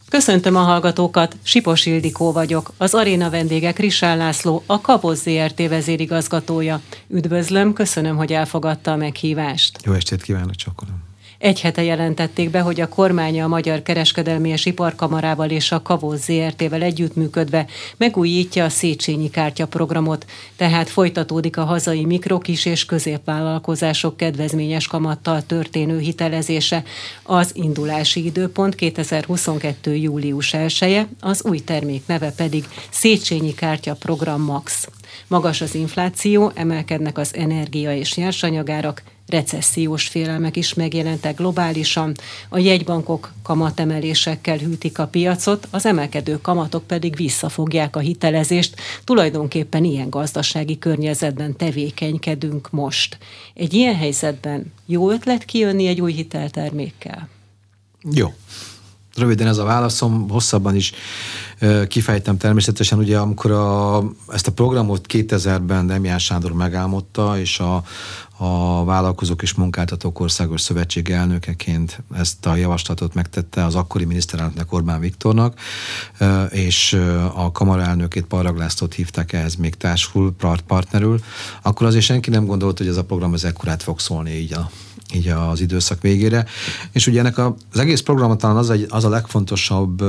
Köszöntöm a hallgatókat, Sipos Ildikó vagyok, az aréna vendége Krisál László, a Kavosz Zrt. Vezérigazgatója. Üdvözlöm, köszönöm, hogy elfogadta a meghívást. Jó estét kívánok, csakolom. Egy hete jelentették be, hogy a kormánya a Magyar Kereskedelmi és Iparkamarával és a Kavosz Zrt.-vel együttműködve megújítja a Széchenyi kártya programot, tehát folytatódik a hazai mikro, kis és középvállalkozások kedvezményes kamattal történő hitelezése. Az indulási időpont 2022. július 1-e, az új termék neve pedig Széchenyi kártya program Max. Magas az infláció, emelkednek az energia és nyersanyagárak, recessziós félelmek is megjelentek globálisan, a jegybankok kamatemelésekkel hűtik a piacot, az emelkedő kamatok pedig visszafogják a hitelezést. Tulajdonképpen ilyen gazdasági környezetben tevékenykedünk most. Egy ilyen helyzetben jó ötlet kijönni egy új hiteltermékkel? Jó. Röviden ez a válaszom, hosszabban is kifejtem természetesen, ugye amikor ezt a programot 2000-ben Demján Sándor megálmodta, és a Vállalkozók és Munkáltatók Országos Szövetség elnökeként ezt a javaslatot megtette az akkori miniszterelnöknek, Orbán Viktornak, és a kamaraelnökét, Parrag Lászlót hívták ehhez még társul, partnerül, akkor azért senki nem gondolt, hogy ez a program az ekkorát fog szólni így az időszak végére. És ugye ennek az egész programot talán az a legfontosabb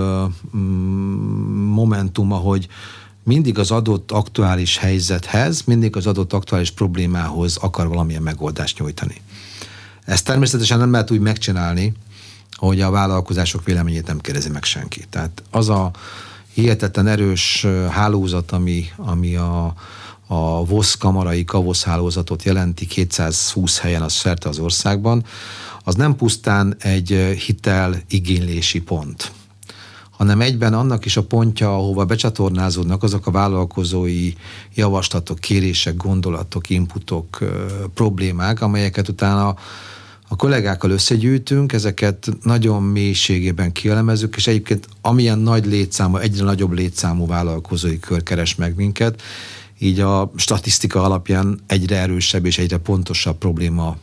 momentuma, hogy mindig az adott aktuális helyzethez, mindig az adott aktuális problémához akar valamilyen megoldást nyújtani. Ezt természetesen nem lehet úgy megcsinálni, hogy a vállalkozások véleményét nem kérdezi meg senki. Tehát az a hihetetlen erős hálózat, ami a VOSZ kamarai, Kavosz hálózatot jelenti 220 helyen szerte az országban, az nem pusztán egy hiteligénylési pont, hanem egyben annak is a pontja, ahova becsatornázódnak azok a vállalkozói javaslatok, kérések, gondolatok, inputok, problémák, amelyeket utána a kollégákkal összegyűjtünk, ezeket nagyon mélységében kielemezzük, és egyébként amilyen nagy létszámú, egyre nagyobb létszámú vállalkozói kör keres meg minket, így a statisztika alapján egyre erősebb és egyre pontosabb probléma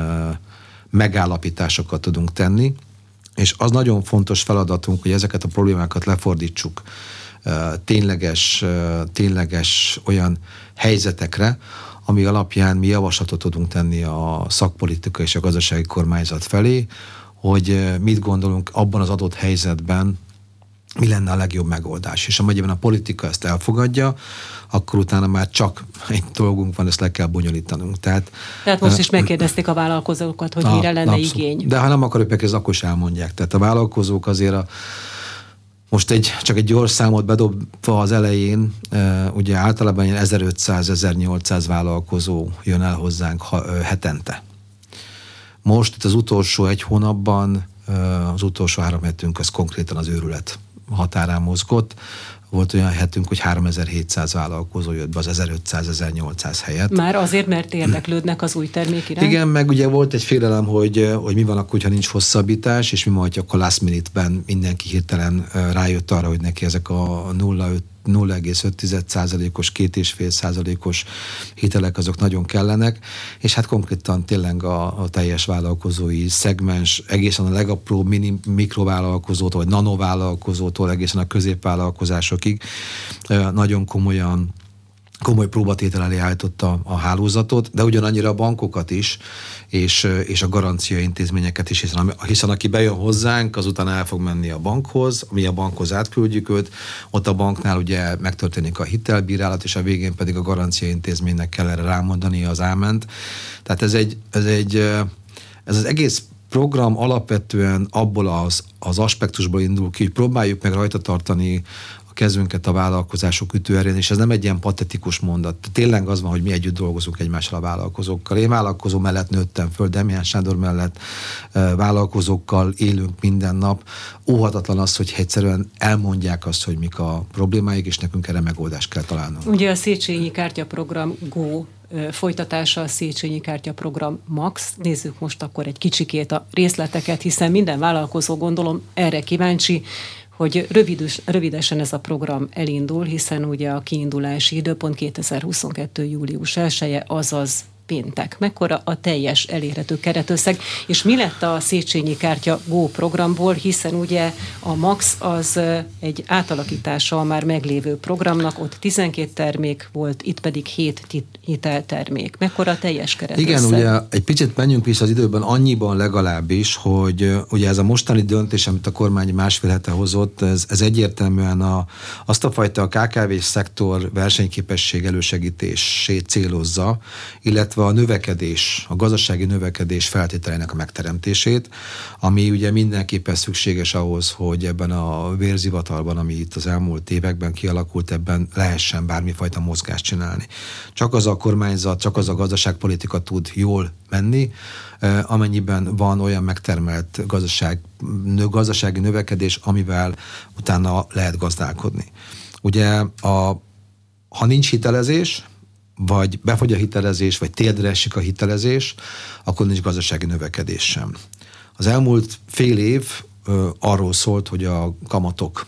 megállapításokat tudunk tenni, és az nagyon fontos feladatunk, hogy ezeket a problémákat lefordítsuk tényleges olyan helyzetekre, ami alapján mi javaslatot tudunk tenni a szakpolitika és a gazdasági kormányzat felé, hogy mit gondolunk abban az adott helyzetben, mi lenne a legjobb megoldás. És amennyiben a politika ezt elfogadja, akkor utána már csak egy dolgunk van, ezt le kell bonyolítanunk. Tehát most is megkérdezték a vállalkozókat, hogy mire lenne abszolút igény. De ha nem akarjuk meg, akkor is elmondják. Tehát a vállalkozók azért most csak egy gyors számot bedobva az elején, ugye általában ilyen 1500-1800 vállalkozó jön el hozzánk hetente. Most itt az utolsó egy hónapban, az utolsó 3 hetünk, az konkrétan az őrület határán mozgott. Volt olyan hetünk, hogy 3700 vállalkozó jött be az 1500-1800 helyett. Már azért, mert érdeklődnek az új termék iránt? Igen, meg ugye volt egy félelem, hogy mi van akkor, ha nincs hosszabbítás, és mi van, hogy akkor last minute-ben mindenki hirtelen rájött arra, hogy neki ezek a 0,5%-os, 2,5%-os hitelek azok nagyon kellenek, és hát konkrétan tényleg a teljes vállalkozói szegmens, egészen a legapróbb mikrovállalkozótól, vagy nanovállalkozótól, egészen a középvállalkozásokig nagyon komoly próbatétel elé állította a hálózatot, de ugyanannyira a bankokat is, és a garancia intézményeket is, hiszen aki bejön hozzánk, azután el fog menni a bankhoz, mi a bankhoz átküldjük őt, ott a banknál ugye megtörténik a hitelbírálat, és a végén pedig a garancia intézménynek kell erre rámondani az áment. Tehát ez az egész program alapvetően abból az aspektusból indul ki, hogy próbáljuk meg rajta tartani kezünket a vállalkozások ütőerén, és ez nem egy ilyen patetikus mondat. Tényleg az van, hogy mi együtt dolgozunk egymással a vállalkozókkal. Én vállalkozó mellett nőttem föl, Demján Sándor mellett vállalkozókkal élünk minden nap. Óhatatlan az, hogy egyszerűen elmondják azt, hogy mik a problémáik, és nekünk erre megoldást kell találnunk. Ugye a Széchenyi kártyaprogram Go folytatása, a Széchenyi kártyaprogram Max. Nézzük most akkor egy kicsikét a részleteket, hiszen minden vállalkozó, gondolom, erre kíváncsi, hogy rövidesen ez a program elindul, hiszen ugye a kiindulási időpont 2022. július 1-e, azaz péntek? Mekkora a teljes elérhető keretösszeg? És mi lett a Széchenyi Kártya Go programból, hiszen ugye a Max az egy átalakítása a már meglévő programnak, ott 12 termék volt, itt pedig 7 hiteltermék. Mekkora a teljes keretösszeg? Igen, ugye egy picit menjünk vissza az időben annyiban legalábbis, hogy ugye ez a mostani döntés, amit a kormány másfél hete hozott, ez egyértelműen azt a fajta KKV szektor versenyképesség elősegítését célozza, illetve a növekedés, a gazdasági növekedés feltételeinek a megteremtését, ami ugye mindenképpen szükséges ahhoz, hogy ebben a vérzivatalban, ami itt az elmúlt években kialakult, ebben lehessen bármifajta mozgást csinálni. Csak az a kormányzat, csak az a gazdaságpolitika tud jól menni, amennyiben van olyan megtermelt gazdasági növekedés, amivel utána lehet gazdálkodni. Ugye, ha nincs hitelezés, vagy befogy a hitelezés, vagy térdre esik a hitelezés, akkor nincs gazdasági növekedés sem. Az elmúlt fél év arról szólt, hogy a kamatok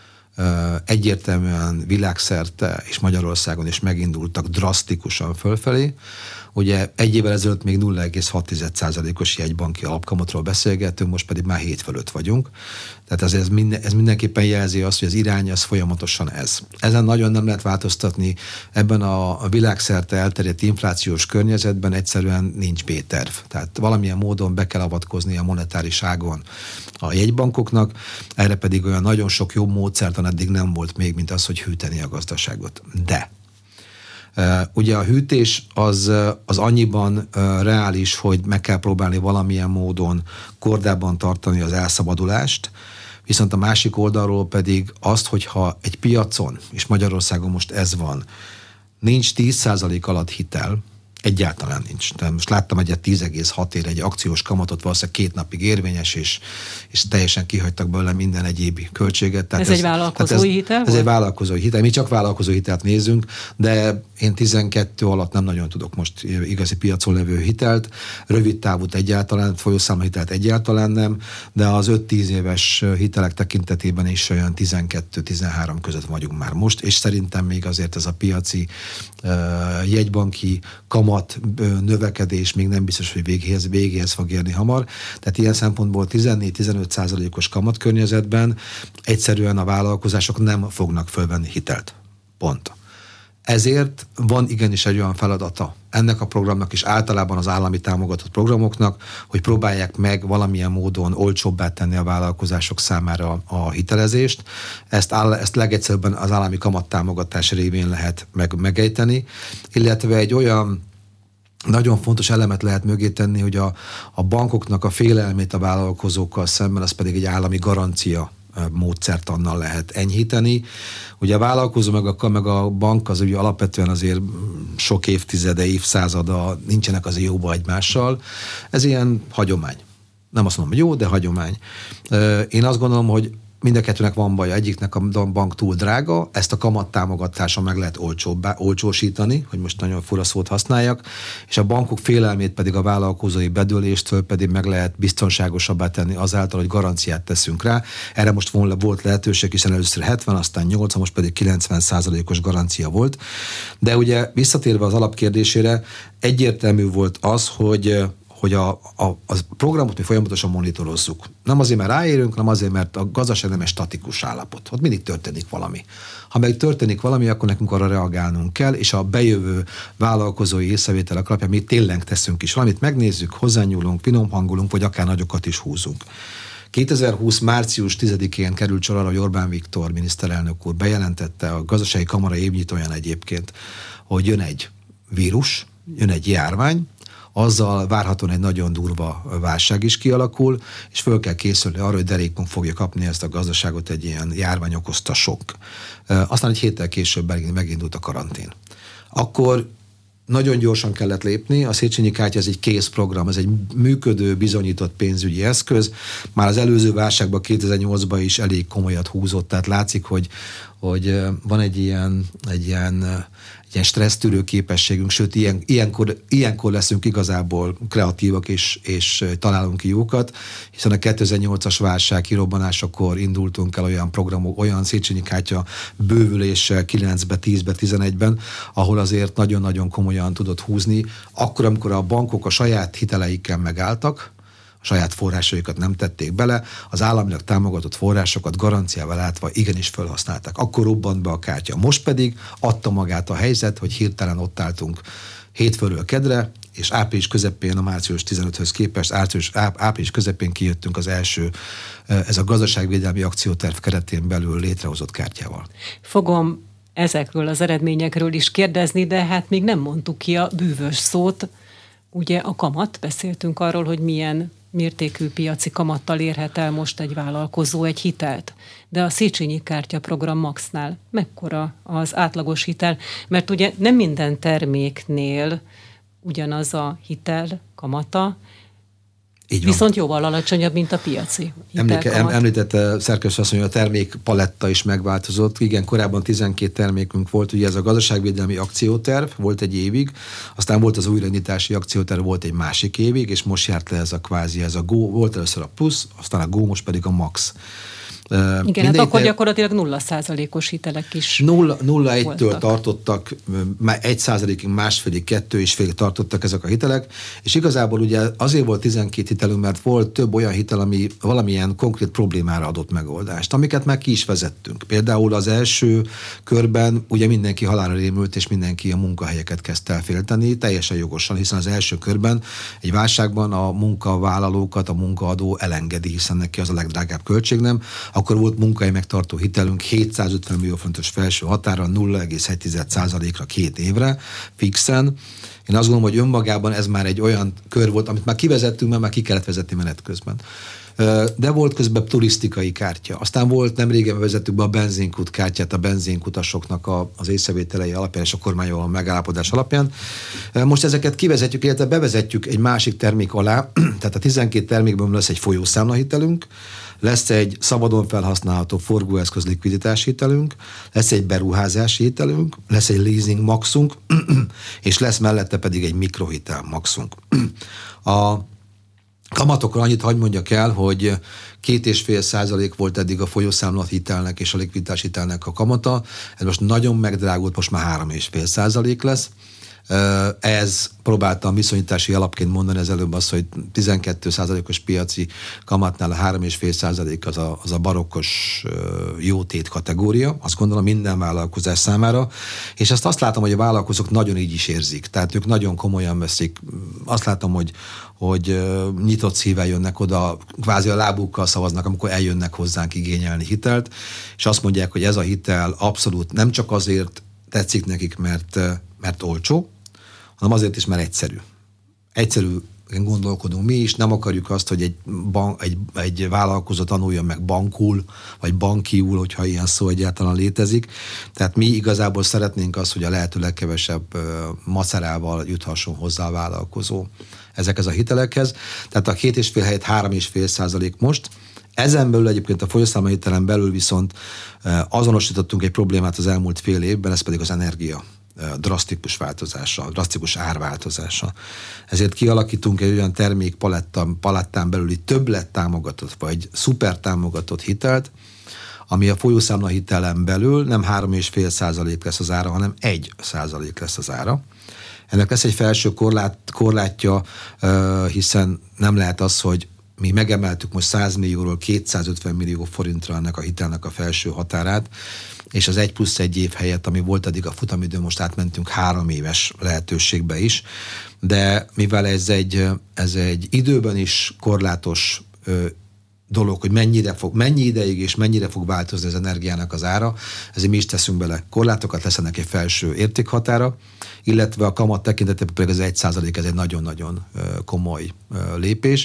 egyértelműen világszerte és Magyarországon is megindultak drasztikusan fölfelé. Ugye egy évvel ezelőtt még 0,6%-os jegybanki alapkamatról beszélgettünk, most pedig már 7 fölött vagyunk. Tehát ez mindenképpen jelzi azt, hogy az irány az folyamatosan ez. Ezen nagyon nem lehet változtatni, ebben a világszerte elterjedt inflációs környezetben egyszerűen nincs B-terv. Tehát valamilyen módon be kell avatkozni a monetáriságon a jegybankoknak, erre pedig olyan nagyon sok jobb módszertan eddig nem volt még, mint az, hogy hűteni a gazdaságot. De ugye a hűtés az annyiban reális, hogy meg kell próbálni valamilyen módon kordában tartani az elszabadulást, viszont a másik oldalról pedig azt, hogyha egy piacon, és Magyarországon most ez van, nincs 10% alatt hitel, egyáltalán nincs. De most láttam egyet 10,6 ér egy akciós kamatot, valószínűleg 2 napig érvényes, és teljesen kihagytak belőle minden egyéb költséget. Tehát ez egy vállalkozói hitel? Ez egy vállalkozói hitel. Mi csak vállalkozói hitelt nézünk, de én 12 alatt nem nagyon tudok most igazi piacon levő hitelt. Rövid távút egyáltalán, folyószámlahitelt egyáltalán nem, de az 5-10 éves hitelek tekintetében is olyan 12-13 között vagyunk már most, és szerintem még azért ez a piaci jegybanki kamat növekedés még nem biztos, hogy végéhez fog érni hamar. Tehát ilyen szempontból 14-15%-os kamatkörnyezetben egyszerűen a vállalkozások nem fognak fölvenni hitelt. Pont. Ezért van igenis egy olyan feladata ennek a programnak és általában az állami támogatott programoknak, hogy próbálják meg valamilyen módon olcsóbbá tenni a vállalkozások számára a hitelezést. Ezt legegyszerűbben az állami kamattámogatás révén lehet megejteni, illetve egy olyan nagyon fontos elemet lehet mögé tenni, hogy a bankoknak a félelmét a vállalkozókkal szemben, az pedig egy állami garancia módszertannal lehet enyhíteni. Ugye a vállalkozó meg a bank az ugye alapvetően azért sok évtizede, évszázada nincsenek azért jóba egymással. Ez ilyen hagyomány. Nem azt mondom, hogy jó, de hagyomány. Én azt gondolom, hogy mind a kettőnek van baja. Egyiknek a bank túl drága, ezt a kamattámogatása meg lehet olcsósítani, hogy most nagyon fura szót használjak, és a bankok félelmét pedig a vállalkozói bedőléstől pedig meg lehet biztonságosabbá tenni azáltal, hogy garanciát teszünk rá. Erre most volt lehetőség, hiszen először 70, aztán 80, most pedig 90%-os garancia volt. De ugye visszatérve az alapkérdésére, egyértelmű volt az, hogy a programot mi folyamatosan monitorozzuk. Nem azért, mert ráérünk, hanem azért, mert a gazdaság nem egy statikus állapot. Ott mindig történik valami. Ha meg történik valami, akkor nekünk arra reagálnunk kell, és a bejövő vállalkozói észrevételek alapján mi tényleg teszünk is valamit, megnézzük, hozzányúlunk, finomhangolunk, vagy akár nagyokat is húzunk. 2020. március 10-én került sor arra, hogy Orbán Viktor miniszterelnök úr bejelentette, a gazdasági kamara évnyitóján egyébként, hogy jön egy vírus, jön egy járvány, azzal várhatóan egy nagyon durva válság is kialakul, és föl kell készülni arra, hogy derékon fogja kapni ezt a gazdaságot egy ilyen járvány okozta sok. Aztán egy héttel később megindult a karantén. Akkor nagyon gyorsan kellett lépni, a Széchenyi kártya ez egy kész program, ez egy működő, bizonyított pénzügyi eszköz. Már az előző válságban, 2008-ban is elég komolyat húzott, tehát látszik, hogy van egy ilyen ilyen stressztűrő képességünk, sőt ilyenkor leszünk igazából kreatívak és találunk ki jókat, hiszen a 2008-as válság kirobbanásakor indultunk el olyan programok, olyan Széchenyi kártya bővüléssel 9-be, 10-be, 11-ben, ahol azért nagyon-nagyon komolyan tudott húzni. Akkor, amikor a bankok a saját hiteleikkel megálltak, a saját forrásaikat nem tették bele, az államilag támogatott forrásokat garanciával látva igenis felhasználták. Akkor robbant be a kártya. Most pedig adta magát a helyzet, hogy hirtelen ott álltunk hétfőről kedre, és április közepén, a március 15-höz képest április közepén kijöttünk az első, ez a gazdaságvédelmi akcióterv keretén belül létrehozott kártyával. Fogom ezekről az eredményekről is kérdezni, de hát még nem mondtuk ki a bűvös szót. Ugye a kamat, beszéltünk arról, hogy milyen mértékű piaci kamattal érhet el most egy vállalkozó egy hitelt. De a Széchenyi kártyaprogram Maxnál mekkora az átlagos hitel? Mert ugye nem minden terméknél ugyanaz a hitel kamata, viszont jóval alacsonyabb, mint a piaci hitelkamat. Említette Szerkesz asszony, hogy a termékpaletta is megváltozott. Igen, korábban 12 termékünk volt, ugye ez a gazdaságvédelmi akcióterv volt egy évig, aztán volt az újraindítási akcióterv, volt egy másik évig, és most járt le ez a kvázi, ez a Go, volt először a plusz, aztán a Go, most pedig a Max. Igen, hát akkor gyakorlatilag 0%-os hitelek is 0,1-től tartottak, 1%-ig, másfélig, 2,5-ig tartottak ezek a hitelek, és igazából ugye azért volt 12 hitelünk, mert volt több olyan hitel, ami valamilyen konkrét problémára adott megoldást, amiket már ki is vezettünk. Például az első körben ugye mindenki halálra rémült, és mindenki a munkahelyeket kezdte el félteni, teljesen jogosan, hiszen az első körben egy válságban a munkavállalókat a munkaadó elengedi, hiszen neki az a legdrágább költség, nem? Akkor volt munkahely megtartó hitelünk 750 millió forintos felső határa 0,1%-ra 2 évre fixen. Én azt gondolom, hogy önmagában ez már egy olyan kör volt, amit már kivezettünk, mert már ki kellett vezetni menet közben. De volt közben turisztikai kártya. Aztán volt, nemrégen vezettük be a benzinkút kártyát a benzinkutasoknak az észrevételei alapján és a kormánnyal a megállapodás alapján. Most ezeket kivezetjük, illetve bevezetjük egy másik termék alá, tehát a 12 termékben lesz egy folyószámlahitelünk, lesz egy szabadon felhasználható forgóeszköz likviditási hitelünk, lesz egy beruházási hitelünk, lesz egy leasing maxunk, és lesz mellette pedig egy mikrohitel maxunk. A kamatokról annyit hagy mondjak el, hogy 2,5% volt eddig a folyószámlat hitelnek és a likviditás hitelnek a kamata, ez most nagyon megdrágult, most már 3,5% lesz. Ez próbáltam viszonyítási alapként mondani az előbb azt, hogy 12%-os piaci kamatnál a 3,5% az a barokkos jótét kategória, azt gondolom minden vállalkozás számára, és azt látom, hogy a vállalkozók nagyon így is érzik, tehát ők nagyon komolyan veszik, azt látom, hogy nyitott szívvel jönnek oda, kvázi a lábukkal szavaznak, amikor eljönnek hozzánk igényelni hitelt, és azt mondják, hogy ez a hitel abszolút nem csak azért tetszik nekik, mert olcsó, hanem azért is, mert egyszerű. Egyszerű gondolkodunk mi is, nem akarjuk azt, hogy egy vállalkozó tanuljon meg bankul, vagy bankiul, hogyha ilyen szó egyáltalán létezik. Tehát mi igazából szeretnénk azt, hogy a lehető legkevesebb macerával juthasson hozzá a vállalkozó ezekhez a hitelekhez. Tehát a 2,5 helyett 3,5% most. Ezen belül egyébként a folyószámlahitelen belül viszont azonosítottunk egy problémát az elmúlt fél évben, ez pedig az energia drasztikus változása, drasztikus árváltozása. Ezért kialakítunk egy olyan termékpalettán belüli többlet támogatott, vagy szuper támogatott hitelt, ami a folyószámlahitelen belül nem 3,5% lesz az ára, hanem 1% lesz az ára. Ennek lesz egy felső korlátja, hiszen nem lehet az, hogy mi megemeltük most 100 millióról 250 millió forintra ennek a hitelnek a felső határát, és az 1+1 év helyett, ami volt eddig a futamidő, most átmentünk 3 éves lehetőségbe is, de mivel ez egy időben is korlátos dolog, hogy mennyi ideig és mennyire fog változni az energiának az ára, ezért mi is teszünk bele korlátokat, lesz ennek egy felső értékhatára, illetve a kamat tekintetében pedig az 1%, ez egy nagyon-nagyon komoly lépés.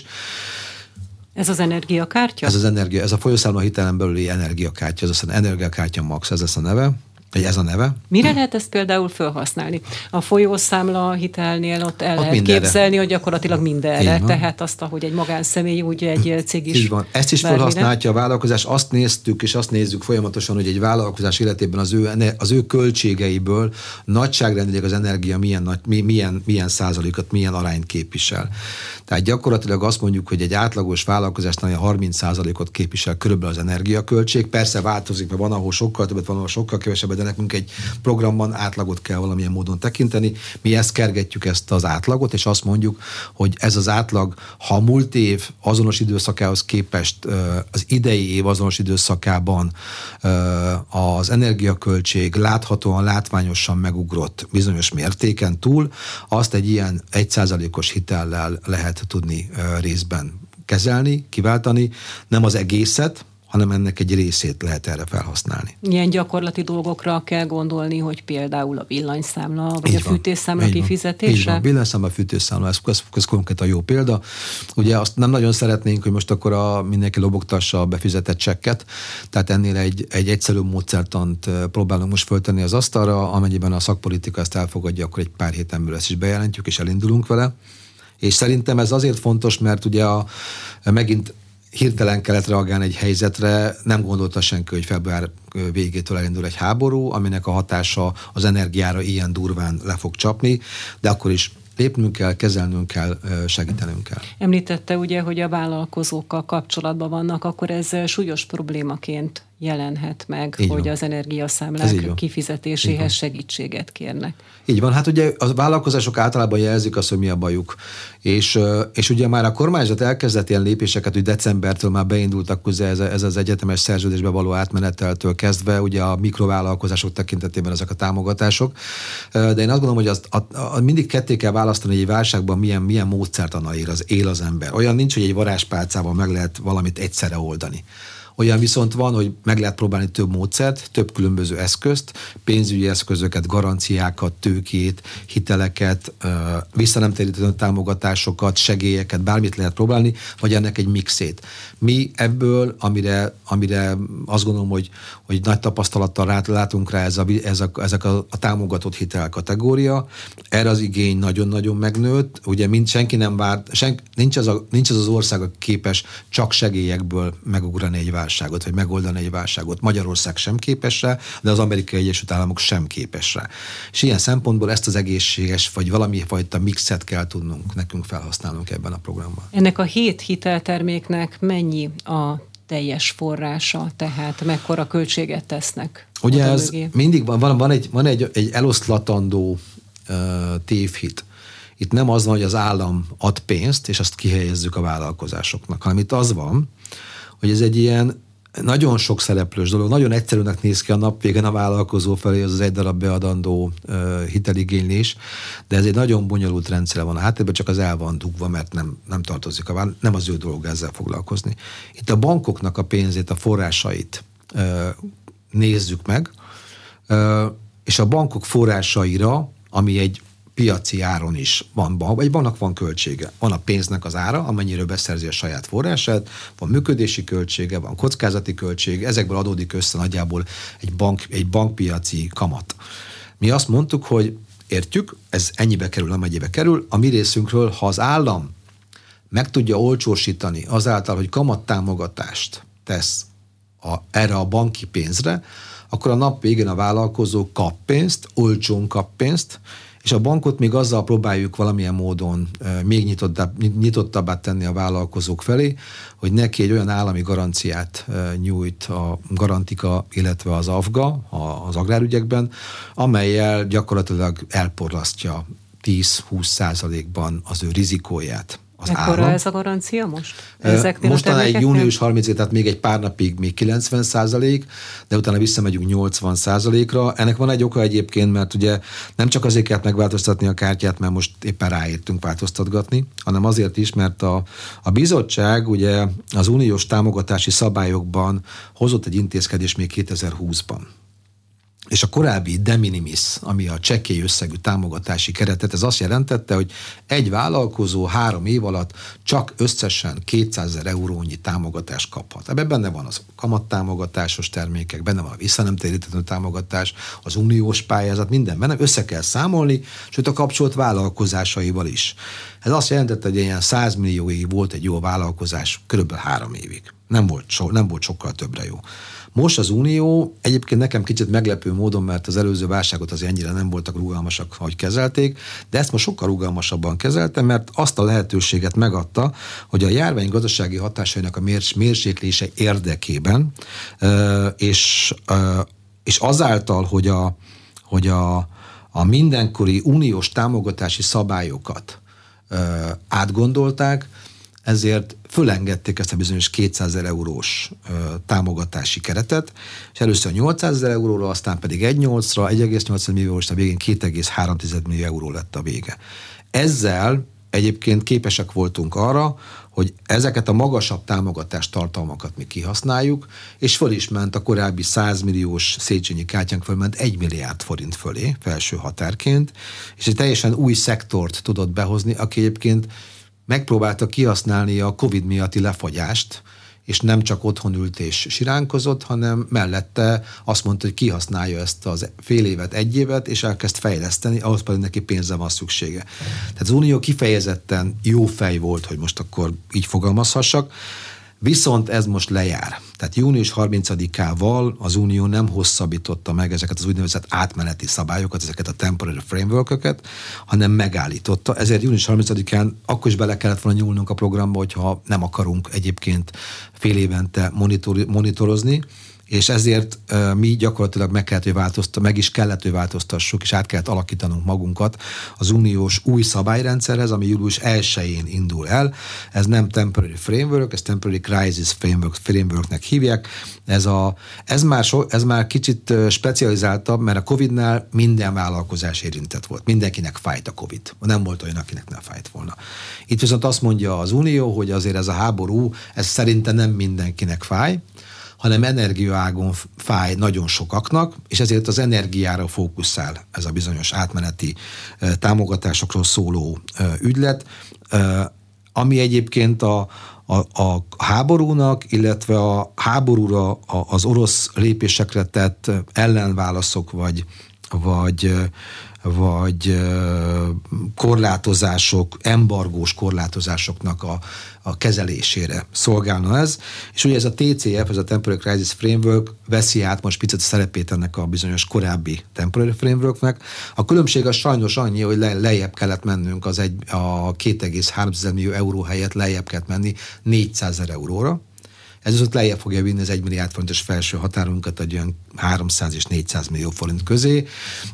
Ez az energiakártya? Ez a folyószámla hitelen belüli energiakártya, ez az energiakártya Max, ez lesz a neve. Vagy ez a neve. Mire lehet ezt például felhasználni? A folyószámla hitelnél ott lehet mindenre képzelni, hogy gyakorlatilag mindenre. Tehát azt, ahogy egy magánszemély, úgy egy cég is. Így van. Ezt is felhasználja a vállalkozás. Azt néztük, és azt nézzük folyamatosan, hogy egy vállalkozás életében az ő költségeiből nagyságrendileg az energia milyen százalékot, milyen arányt képvisel. Tehát gyakorlatilag azt mondjuk, hogy egy átlagos vállalkozásnál 30%-ot képvisel körülbelül az energiaköltség. Persze változik, mert van, ahol sokkal többet, van, ahol sokkal kevesebbet, de nekünk egy programban átlagot kell valamilyen módon tekinteni. Mi ezt kergetjük, ezt az átlagot, és azt mondjuk, hogy ez az átlag, ha a múlt év azonos időszakához képest az idei év azonos időszakában az energiaköltség láthatóan, látványosan megugrott bizonyos mértéken túl, azt egy ilyen 1%-os hitellel lehet tudni részben kezelni, kiváltani, nem az egészet, hanem ennek egy részét lehet erre felhasználni. Ilyen gyakorlati dolgokra kell gondolni, hogy például a villanyszámla, vagy a fűtésszámla kifizetése? Így van, a villanyszámla, a fűtésszámla, ez konkrétan jó példa. Ugye azt nem nagyon szeretnénk, hogy most akkor mindenki lobogtassa a befizetett csekket, tehát ennél egy egyszerű módszertant próbálunk most föltenni az asztalra, amennyiben a szakpolitika ezt elfogadja, akkor egy pár héten belül ezt is bejelentjük, és elindulunk vele. És szerintem ez azért fontos, mert ugye megint hirtelen kellett reagálni egy helyzetre, nem gondolta senki, hogy február végétől elindul egy háború, aminek a hatása az energiára ilyen durván le fog csapni, de akkor is lépnünk kell, kezelnünk kell, segítenünk kell. Említette ugye, hogy a vállalkozókkal kapcsolatban vannak, akkor ez súlyos problémaként jelenhet meg, így hogy van. Az energiaszámlák kifizetéséhez segítséget kérnek. Így van, hát ugye a vállalkozások általában jelzik azt, hogy mi a bajuk. És ugye már a kormányzat elkezdett ilyen lépéseket, hogy decembertől már beindultak ugye ez az egyetemes szerződésbe való átmeneteltől kezdve, ugye a mikrovállalkozások tekintetében ezek a támogatások. De én azt gondolom, hogy mindig ketté kell választani, hogy egy válságban milyen módszertannal él az ember. Olyan nincs, hogy egy varázspálcával meg lehet valamit egyszerre oldani. Olyan viszont van, hogy meg lehet próbálni több módszert, több különböző eszközt, pénzügyi eszközöket, garanciákat, tőkét, hiteleket, visszanemtérítő támogatásokat, segélyeket, bármit lehet próbálni, vagy ennek egy mixét. Mi ebből, amire azt gondolom, hogy nagy tapasztalattal látunk rá ezek a támogatott hitel kategória, erre az igény nagyon-nagyon megnőtt, ugye senki nem várt, nincs az ország, aki képes csak segélyekből megugrani egy válságot, vagy megoldani egy válságot. Magyarország sem képes rá, de az Amerikai Egyesült Államok sem képes rá. És ilyen szempontból ezt az egészséges, vagy valami fajta mixet kell tudnunk nekünk felhasználnunk ebben a programban. Ennek a 7 hitelterméknek mennyi a teljes forrása, tehát mekkora költséget tesznek? Ugye ez mindig van egy eloszlatandó tévhit. Itt nem az van, hogy az állam ad pénzt, és azt kihelyezzük a vállalkozásoknak, hanem itt az van, hogy ez egy ilyen nagyon sok szereplős dolog, nagyon egyszerűnek néz ki a nap végén a vállalkozó felé az egy darab beadandó hiteligénylés, de ez egy nagyon bonyolult rendszer van a háttérben, csak az el van dugva, mert nem tartozik nem az ő dolga ezzel foglalkozni. Itt a bankoknak a pénzét, a forrásait nézzük meg, és a bankok forrásaira, ami egy piaci áron is van bank, vagy banknak van költsége. Van a pénznek az ára, amennyiről beszerzi a saját forrását, van működési költsége, van kockázati költsége, ezekből adódik össze nagyjából egy bankpiaci kamat. Mi azt mondtuk, hogy értjük, ez ennyibe kerül, amennyibe kerül, a mi részünkről, ha az állam meg tudja olcsósítani azáltal, hogy kamattámogatást tesz erre a banki pénzre, akkor a nap végén a vállalkozó kap pénzt, olcsón kap pénzt, és a bankot még azzal próbáljuk valamilyen módon még nyitottabbá tenni a vállalkozók felé, hogy neki egy olyan állami garanciát nyújt a Garantika, illetve az AFGA, az agrárügyekben, amellyel gyakorlatilag elporlasztja 10-20%-ban az ő rizikóját. Mekkora ez a garancia most? Mostanáig június 30-ig, tehát még egy pár napig még 90%, de utána visszamegyünk 80%-ra. Ennek van egy oka egyébként, mert ugye nem csak azért kellett megváltoztatni a kártyát, mert most éppen ráértünk változtatgatni, hanem azért is, mert a bizottság ugye az uniós támogatási szabályokban hozott egy intézkedés még 2020-ban. és a korábbi de minimis, ami a csekély összegű támogatási keretet, ez azt jelentette, hogy egy vállalkozó 3 év alatt csak összesen 200 000 eurónyi támogatást kaphat. Ebben benne van az kamattámogatásos termékek, benne van a visszanemtéríthető támogatás, az uniós pályázat, minden benne, össze kell számolni, sőt a kapcsolt vállalkozásaival is. Ez azt jelentette, hogy ilyen 100 millióig volt egy jó vállalkozás, körülbelül 3 évig. Nem volt sokkal többre jó. Most az Unió egyébként nekem kicsit meglepő módon, mert az előző válságot azért ennyire nem voltak rugalmasak, ahogy kezelték, de ezt most sokkal rugalmasabban kezelte, mert azt a lehetőséget megadta, hogy a járvány gazdasági hatásainak a mérséklése érdekében, és azáltal, hogy a mindenkori uniós támogatási szabályokat átgondolták, ezért fölengedték ezt a bizonyos 200 000 eurós támogatási keretet, és először 800 000 euróra, aztán pedig 1,8 millió, és a végén 2,3 millió euró lett a vége. Ezzel egyébként képesek voltunk arra, hogy ezeket a magasabb támogatás tartalmakat mi kihasználjuk, és föl is ment a korábbi 100 milliós Széchenyi kártyánk, fölment 1 milliárd forint fölé, felső határként, és egy teljesen új szektort tudott behozni, aki egyébként megpróbálta kihasználni a Covid miatti lefagyást, és nem csak otthon ült és siránkozott, hanem mellette azt mondta, hogy kihasználja ezt az fél évet, 1 évet, és elkezd fejleszteni, ahhoz pedig neki pénzre van szüksége. Tehát az Unió kifejezetten jó fej volt, hogy most akkor így fogalmazhassak, viszont ez most lejár. Tehát június 30-ával az Unió nem hosszabbította meg ezeket az úgynevezett átmeneti szabályokat, ezeket a temporary framework-öket, hanem megállította. Ezért június 30-án akkor is bele kellett volna nyúlnunk a programba, hogyha nem akarunk egyébként fél évente monitorozni, és ezért mi gyakorlatilag meg is kellett, hogy változtassuk, és át kellett alakítanunk magunkat az uniós új szabályrendszerhez, ami július 1-én indul el. Ez nem temporary framework, ez temporary crisis frameworknek hívják. Ez már kicsit specializáltabb, mert a Covid-nál minden vállalkozás érintett volt. Mindenkinek fájt a Covid. Nem volt olyan, akinek nem fájt volna. Itt viszont azt mondja az Unió, hogy azért ez a háború, ez szerintem nem mindenkinek fáj, hanem energiaágon fáj nagyon sokaknak, és ezért az energiára fókuszál ez a bizonyos átmeneti támogatásokról szóló ügylet, ami egyébként a háborúnak, illetve a háborúra, az orosz lépésekre tett ellenválaszok, vagy korlátozások, embargós korlátozásoknak a kezelésére szolgálna ez. És ugye ez a TCF, ez a Temporary Crisis Framework veszi át most picit a szerepét ennek a bizonyos korábbi Temporary Frameworknek. A különbség az sajnos annyi, hogy lejjebb kellett mennünk a 2,3 millió euró helyett lejjebb kellett menni 400 000 euróra. Ez viszont lejjebb fogja vinni az 1 milliárd forintos felső határunkat egy olyan 300 és 400 millió forint közé.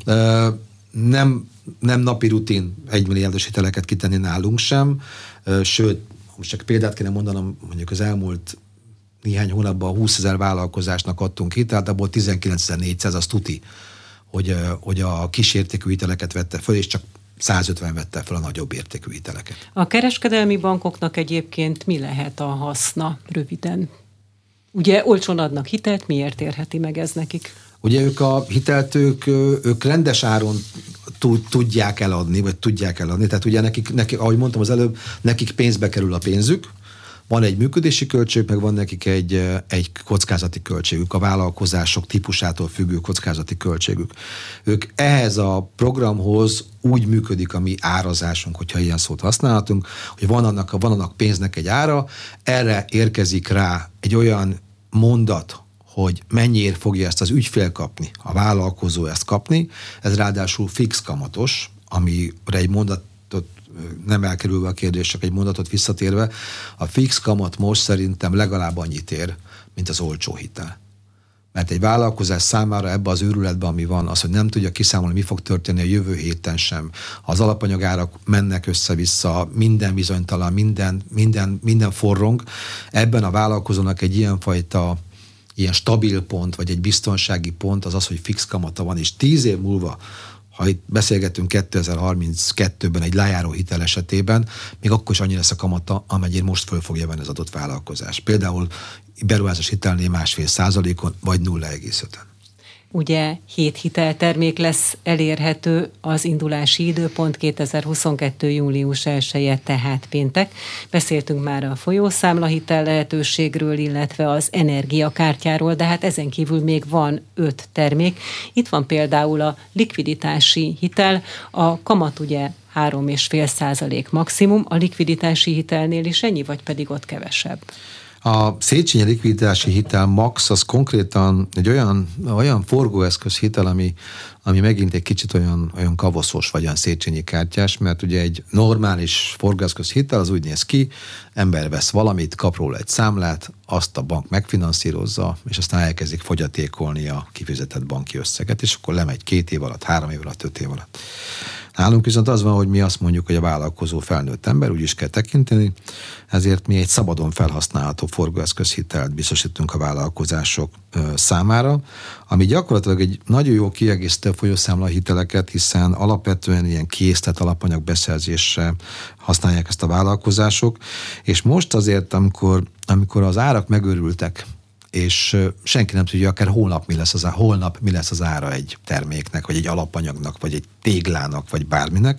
Nem napi rutin 1 milliárdos hiteleket kitenni nálunk sem, sőt, most csak példát kéne mondanom, mondjuk az elmúlt néhány hónapban 20 000 vállalkozásnak adtunk hitelt, abból 19.400 az tuti, hogy a kisértékű hiteleket vette föl, és csak 150 vette fel a nagyobb értékű hiteleket. A kereskedelmi bankoknak egyébként mi lehet a haszna röviden? Ugye olcsón adnak hitelt, miért érheti meg ez nekik? Ugye ők a hitelt, ők rendes áron tudják eladni, tehát ugye nekik, ahogy mondtam az előbb, nekik pénzbe kerül a pénzük, van egy működési költség, meg van nekik egy kockázati költségük, a vállalkozások típusától függő kockázati költségük. Ők ehhez a programhoz úgy működik a mi árazásunk, hogyha ilyen szót használhatunk, hogy van annak pénznek egy ára, erre érkezik rá egy olyan mondat, hogy mennyiért fogja ezt az ügyfél kapni, a vállalkozó ezt kapni, ez ráadásul fix kamatos, amire egy mondatot, nem elkerülve a kérdés, csak egy mondatot visszatérve, a fix kamat most szerintem legalább annyit ér, mint az olcsó hitel. Mert egy vállalkozás számára ebbe az őrületben, ami van, az, hogy nem tudja kiszámolni, mi fog történni a jövő héten sem. Az alapanyagárak mennek össze-vissza, minden bizonytalan, minden forrong. Ebben a vállalkozónak egy ilyenfajta ilyen stabil pont, vagy egy biztonsági pont az, hogy fix kamata van, és 10 év múlva, ha itt beszélgetünk 2032-ben egy lejáró hitel esetében, még akkor is annyi lesz a kamata, amennyire most föl fogja venni az adott vállalkozás. Például beruházás hitelnél 1,5%-on, vagy 0,5-en. ugye 7 hiteltermék lesz elérhető, az indulási időpont 2022. július 1-e, tehát péntek. Beszéltünk már a folyószámla hitel lehetőségről, illetve az energiakártyáról, de hát ezen kívül még van 5 termék. Itt van például a likviditási hitel, a kamat ugye 3,5% maximum, a likviditási hitelnél is ennyi, vagy pedig ott kevesebb? A Széchenyi likviditási hitel max az konkrétan egy olyan forgóeszköz hitel, ami megint egy kicsit olyan kavoszos vagy olyan Széchenyi kártyás, mert ugye egy normális forgóeszköz hitel az úgy néz ki, ember vesz valamit, kap róla egy számlát, azt a bank megfinanszírozza, és aztán elkezdik fogyatékolni a kifizetett banki összeget, és akkor lemegy 2 év alatt, 3 év alatt, 5 év alatt. Nálunk viszont az van, hogy mi azt mondjuk, hogy a vállalkozó felnőtt ember, úgy is kell tekinteni, ezért mi egy szabadon felhasználható forgóeszközhitelt biztosítunk a vállalkozások számára, ami gyakorlatilag egy nagyon jó kiegészítő folyószámla hiteleket, hiszen alapvetően ilyen készlet alapanyag beszerzésre használják ezt a vállalkozások, és most azért, amikor az árak megőrültek, és senki nem tudja, akár holnap mi lesz az ára egy terméknek, vagy egy alapanyagnak, vagy egy téglának, vagy bárminek.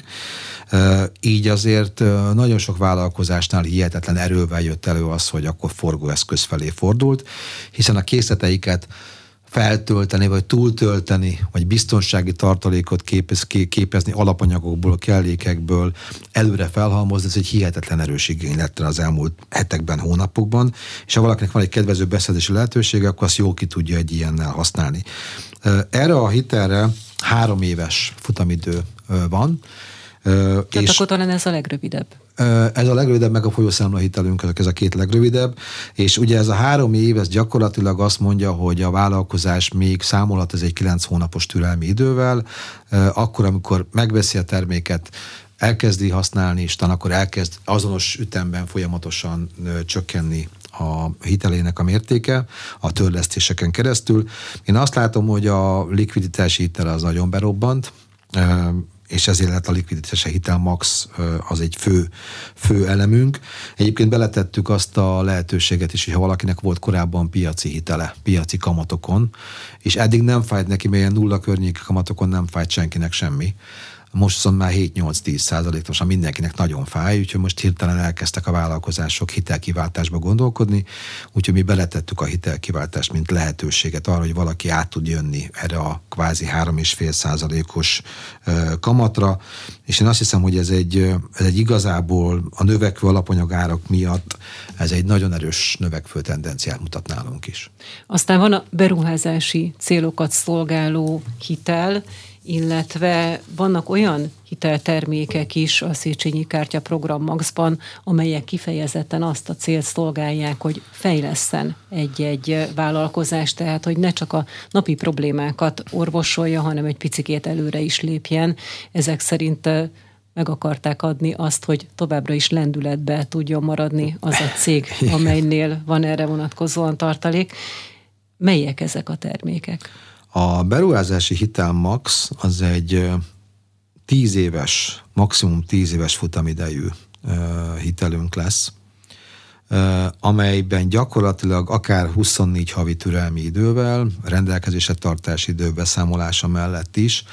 Így azért nagyon sok vállalkozásnál hihetetlen erővel jött elő az, hogy akkor forgóeszköz felé fordult, hiszen a készleteiket feltölteni, vagy túltölteni, vagy biztonsági tartalékot képezni alapanyagokból, kellékekből, előre felhalmozni, ez egy hihetetlen erős igény lett az elmúlt hetekben, hónapokban, és ha valakinek van egy kedvező beszerzési lehetősége, akkor azt jó ki tudja egy ilyennel használni. Erre a hitelre 3 éves futamidő van. Tehát akkor talán ez a legrövidebb. Ez a legrövidebb, meg a folyószámla hitelünk, ez a 2 legrövidebb, és ugye ez a 3 év, ez gyakorlatilag azt mondja, hogy a vállalkozás még számolhat ez egy 9 hónapos türelmi idővel, akkor, amikor megveszi a terméket, elkezdi használni, és akkor elkezd azonos ütemben folyamatosan csökkenni a hitelének a mértéke a törlesztéseken keresztül. Én azt látom, hogy a likviditási hitel az nagyon berobbant, és ezért lett a likviditási hitel max az egy fő elemünk. Egyébként beletettük azt a lehetőséget is, hogy ha valakinek volt korábban piaci hitele, piaci kamatokon, és eddig nem fájt neki, mert ilyen 0 környéki kamatokon nem fájt senkinek semmi. Most viszont már 7-8-10%-osan mindenkinek nagyon fáj, úgyhogy most hirtelen elkezdtek a vállalkozások hitelkiváltásba gondolkodni, úgyhogy mi beletettük a hitelkiváltást, mint lehetőséget arra, hogy valaki át tud jönni erre a kvázi 3,5%-os kamatra, és én azt hiszem, hogy ez egy igazából a növekvő alapanyagárak miatt ez egy nagyon erős növekvő tendenciát mutat nálunk is. Aztán van a beruházási célokat szolgáló hitel, illetve vannak olyan hiteltermékek is a Széchenyi Kártya Program Maxban, amelyek kifejezetten azt a célt szolgálják, hogy fejlesszen egy vállalkozás, tehát hogy ne csak a napi problémákat orvosolja, hanem egy picikét előre is lépjen. Ezek szerint meg akarták adni azt, hogy továbbra is lendületbe tudjon maradni az a cég, amelynél van erre vonatkozóan tartalék. Melyek ezek a termékek? A beruházási hitel max az egy 10 éves, maximum 10 éves futamidejű hitelünk lesz, amelyben gyakorlatilag akár 24 havi türelmi idővel, rendelkezésre tartási idő beszámolása mellett is,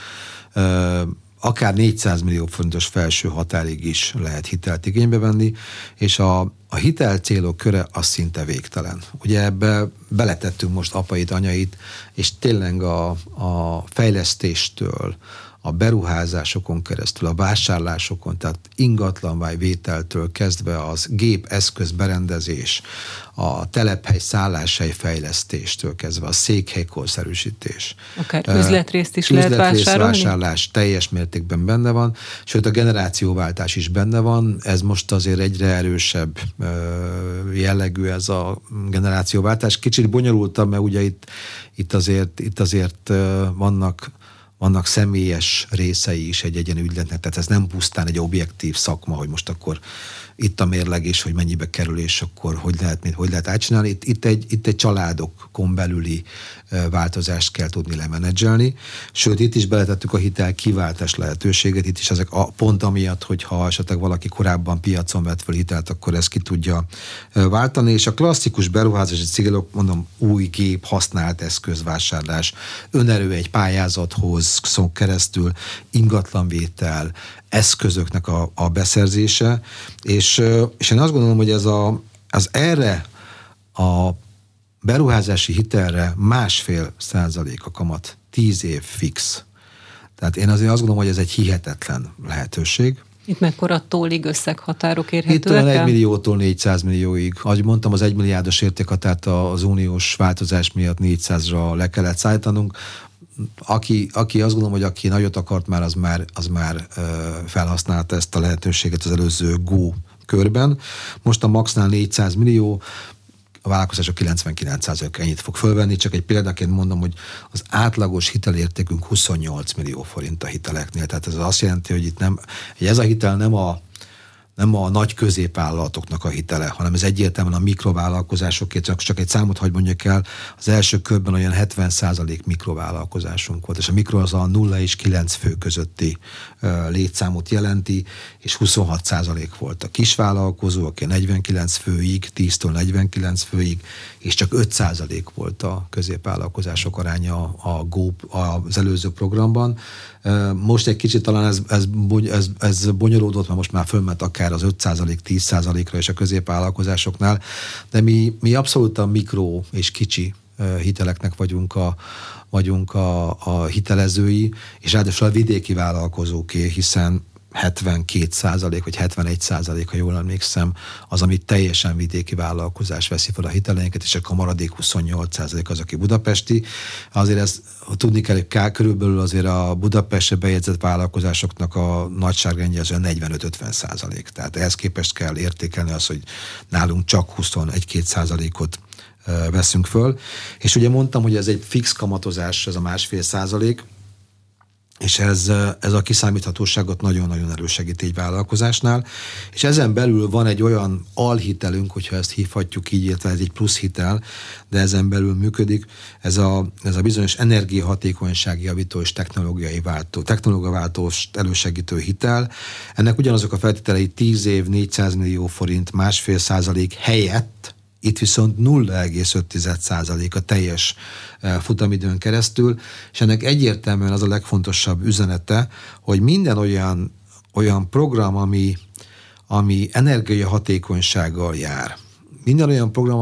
akár 400 millió forintos felső határig is lehet hitelt igénybe venni, és a hitel célok köre az szinte végtelen. Ugye ebbe beletettünk most apait, anyait, és tényleg a fejlesztéstől, a beruházásokon keresztül, a vásárlásokon, tehát ingatlanvételtől kezdve az gép, eszköz, berendezés, a telephely, szálláshely fejlesztéstől kezdve a székhely korszerűsítés. Akár üzletrészt is lehet vásárolni? Vásárlás teljes mértékben benne van, sőt a generációváltás is benne van, ez most azért egyre erősebb jellegű ez a generációváltás. Kicsit bonyolultabb, mert ugye itt azért vannak vannak személyes részei is egy ilyen ügyletnek, tehát ez nem pusztán egy objektív szakma, hogy most akkor itt a mérleg, és hogy mennyibe kerül, és akkor hogy lehet átcsinálni. Itt egy családokon belüli változást kell tudni lemenedzselni. Sőt, itt is beletettük a hitel kiváltás lehetőséget, itt is ezek pont amiatt, hogy ha esetleg valaki korábban piacon vett fel hitelt, akkor ezt ki tudja váltani, és a klasszikus beruházási célok, mondom, új gép, használt eszközvásárlás, önerő egy pályázathoz keresztül, ingatlanvétel, eszközöknek a beszerzése, és én azt gondolom, hogy az erre a beruházási hitelre 1,5% a kamat, 10 év fix. Tehát én azért azt gondolom, hogy ez egy hihetetlen lehetőség. Itt mekkora tollig összeghatárok érhetőek? Itt olyan 1 milliótól 400 millióig. Ahogy mondtam, az 1 milliárdos értékhatárt az uniós változás miatt 400-ra le kellett szállítanunk. Aki azt gondolom, hogy aki nagyot akart már, az már felhasználta ezt a lehetőséget az előző Go körben. Most a Maxnál 400 millió, a vállalkozások 99% ennyit fog fölvenni, csak egy példaként mondom, hogy az átlagos hitelértékünk 28 millió forint a hiteleknél, tehát ez azt jelenti, hogy itt ez a hitel nem a nagy középvállalatoknak a hitele, hanem ez egyértelműen a mikrovállalkozásokért, csak egy számot hagy mondjak el, az első körben olyan 70% mikrovállalkozásunk volt, és a mikro az a 0 és 9 fő közötti létszámot jelenti, és 26% volt a kisvállalkozó, aki 49 főig, 10-től 49 főig, és csak 5% volt a középvállalkozások aránya az előző programban. Most egy kicsit talán ez bonyolódott, mert most már fölment akár az 5%, 10%-ra is a középvállalkozásoknál, de mi abszolút a mikro és kicsi hiteleknek vagyunk a hitelezői, és ráadásul a vidéki vállalkozóké, hiszen 72% vagy 71%, ha jól emlékszem, az, amit teljesen vidéki vállalkozás veszi fel a hiteleinket, és a maradék 28% az, aki budapesti. Azért ezt tudni kell, hogy körülbelül azért a Budapestre bejegyzett vállalkozásoknak a nagyságrendje az olyan 45-50%. Tehát ehhez képest kell értékelni azt, hogy nálunk csak 21-2%-ot veszünk föl. És ugye mondtam, hogy ez egy fix kamatozás, ez a 1,5%, és ez a kiszámíthatóságot nagyon-nagyon elősegíti egy vállalkozásnál, és ezen belül van egy olyan alhitelünk, hogyha ezt hívhatjuk így, illetve ez egy plusz hitel, de ezen belül működik, ez a bizonyos energiahatékonysági javító és technológiaváltóst elősegítő hitel. Ennek ugyanazok a feltételei 10 év, 400 millió forint, 1,5% helyett, itt viszont 0,5% a teljes futamidőn keresztül, és ennek egyértelműen az a legfontosabb üzenete, hogy minden olyan program, ami energiahatékonysággal jár, minden olyan program,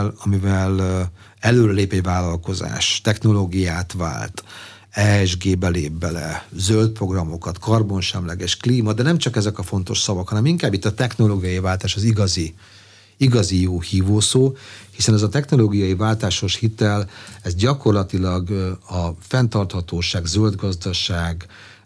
amivel előrelép egy vállalkozás, technológiát vált, ESG-be lép bele, zöld programokat, karbonsemleges, klíma, de nem csak ezek a fontos szavak, hanem inkább itt a technológiai váltás az igazi jó hívószó, hiszen ez a technológiai váltásos hitel, ez gyakorlatilag a fenntarthatóság, zöld gazdaságot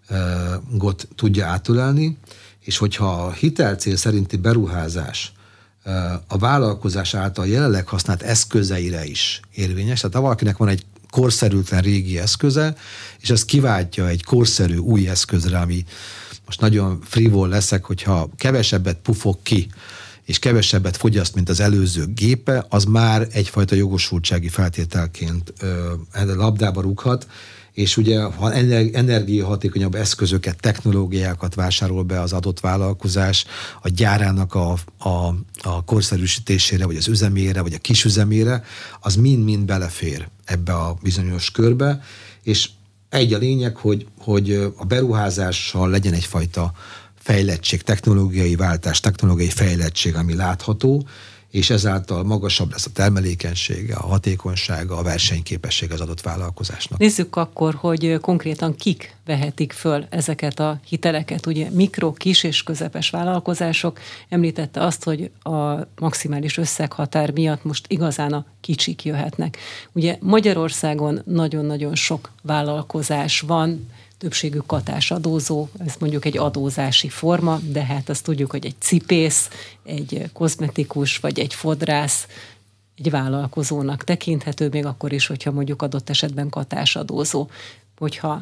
tudja átölelni, és hogyha a hitelcél szerinti beruházás a vállalkozás által jelenleg használt eszközeire is érvényes, tehát ha valakinek van egy korszerűtlen régi eszköze, és ez kiváltja egy korszerű új eszközre, ami most nagyon frivol leszek, hogyha kevesebbet pufog ki, és kevesebbet fogyaszt, mint az előző gépe, az már egyfajta jogosultsági feltételként labdába rúghat, és ugye, ha energiahatékonyabb eszközöket, technológiákat vásárol be az adott vállalkozás a gyárának a korszerűsítésére, vagy az üzemére, vagy a kisüzemére, az mind-mind belefér ebbe a bizonyos körbe, és egy a lényeg, hogy a beruházással legyen egyfajta fejlettség, technológiai váltás, technológiai fejlettség, ami látható, és ezáltal magasabb lesz a termelékenysége, a hatékonysága, a versenyképessége az adott vállalkozásnak. Nézzük akkor, hogy konkrétan kik vehetik föl ezeket a hiteleket. Ugye mikro, kis és közepes vállalkozások. Említette azt, hogy a maximális összeghatár miatt most igazán a kicsik jöhetnek. Ugye Magyarországon nagyon-nagyon sok vállalkozás van, többségük katásadózó, ez mondjuk egy adózási forma, de hát azt tudjuk, hogy egy cipész, egy kozmetikus vagy egy fodrász egy vállalkozónak tekinthető, még akkor is, hogyha mondjuk adott esetben katásadózó. Hogyha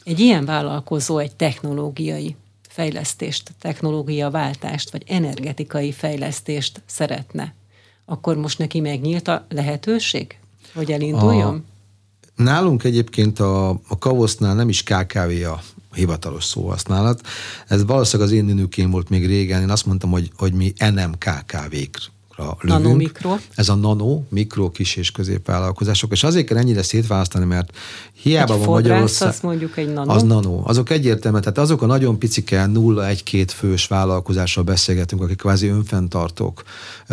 Egy ilyen vállalkozó egy technológiai fejlesztést, technológiaváltást, vagy energetikai fejlesztést szeretne, akkor most neki megnyílt a lehetőség, hogy elinduljon? Nálunk egyébként a Kavosznál nem is KKV a hivatalos szóhasználat. Ez valószínűleg az én nőnükén volt még régen. Én azt mondtam, hogy mi NMKKV-kra lövünk. Nano-mikro. Ez a nano, mikro, kis és középvállalkozások. És azért kell ennyire szétválasztani, mert hiába van Magyarország. Az mondjuk egy nano. Az nano. Azok egyértelműen, tehát azok a nagyon picike 0-1-2 fős vállalkozásról beszélgetünk, akik kvázi önfenntartók.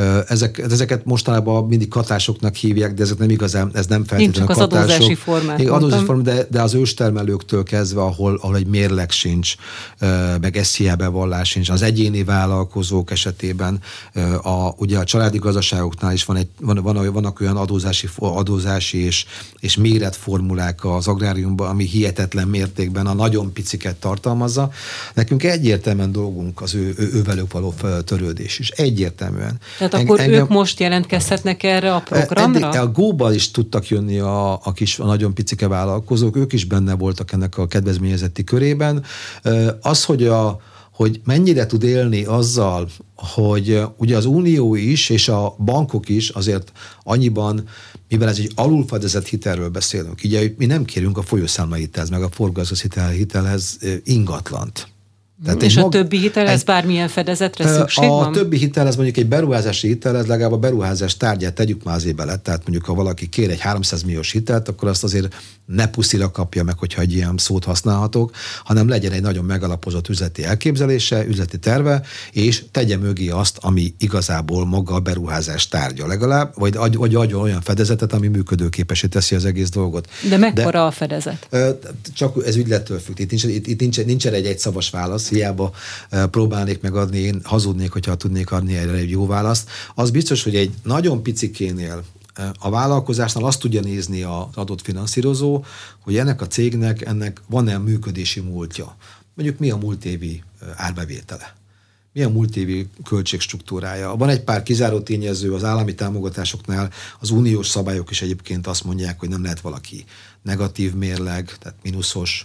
Ezeket mostanában mindig katásoknak hívják, de ezek nem igazán, ez nem feltétlenül katások. Én csak az adózási formát adózási formát, de az őstermelőktől kezdve, ahol egy mérleg sincs, meg SZIA bevallás sincs. Az egyéni vállalkozók esetében, ugye a családi gazdaságoknál is vannak olyan adózási és méretformulák az agráriumban, ami hihetetlen mértékben a nagyon piciket tartalmazza. Nekünk egyértelműen dolgunk az ő velük való törődés is. Egyértelműen. Tehát akkor ők most jelentkezhetnek erre a programra? A Go-ban is tudtak jönni a nagyon picike vállalkozók, ők is benne voltak ennek a kedvezményezeti körében. Az, hogy mennyire tud élni azzal, hogy ugye az Unió is, és a bankok is azért annyiban, mivel ez egy alulfedezett hitelről beszélünk, ugye mi nem kérünk a folyószámlahitelhez, meg a forgalmazhitelhez ingatlant. Tehát és a többi hitelhez bármilyen fedezetre szükség van? A többi hitelhez, mondjuk egy beruházási hitelhez, legalább a beruházás tárgyát tegyük már azért bele. Tehát mondjuk, ha valaki kér egy 300 milliós hitelt, akkor azt azért ne puszira kapja meg, hogyha egy ilyen szót használhatok, hanem legyen egy nagyon megalapozott üzleti elképzelése, üzleti terve, és tegye mögé azt, ami igazából maga a beruházás tárgya legalább, vagy adjon olyan fedezetet, ami működőképessé teszi az egész dolgot. De mekkora a fedezet? Csak ez ügylettől függ. Itt nincs egy egyszavas válasz. Hiába próbálnék megadni, én hazudnék, hogyha tudnék adni erre egy jó választ. Az biztos, hogy egy nagyon picikénél a vállalkozásnál azt tudja nézni az adott finanszírozó, hogy ennek a cégnek van-e működési múltja. Mondjuk mi a múlt évi árbevétele? Mi a múlt évi költségstruktúrája? Van egy pár kizáró tényező az állami támogatásoknál, az uniós szabályok is egyébként azt mondják, hogy nem lehet valaki negatív mérleg, tehát mínuszos,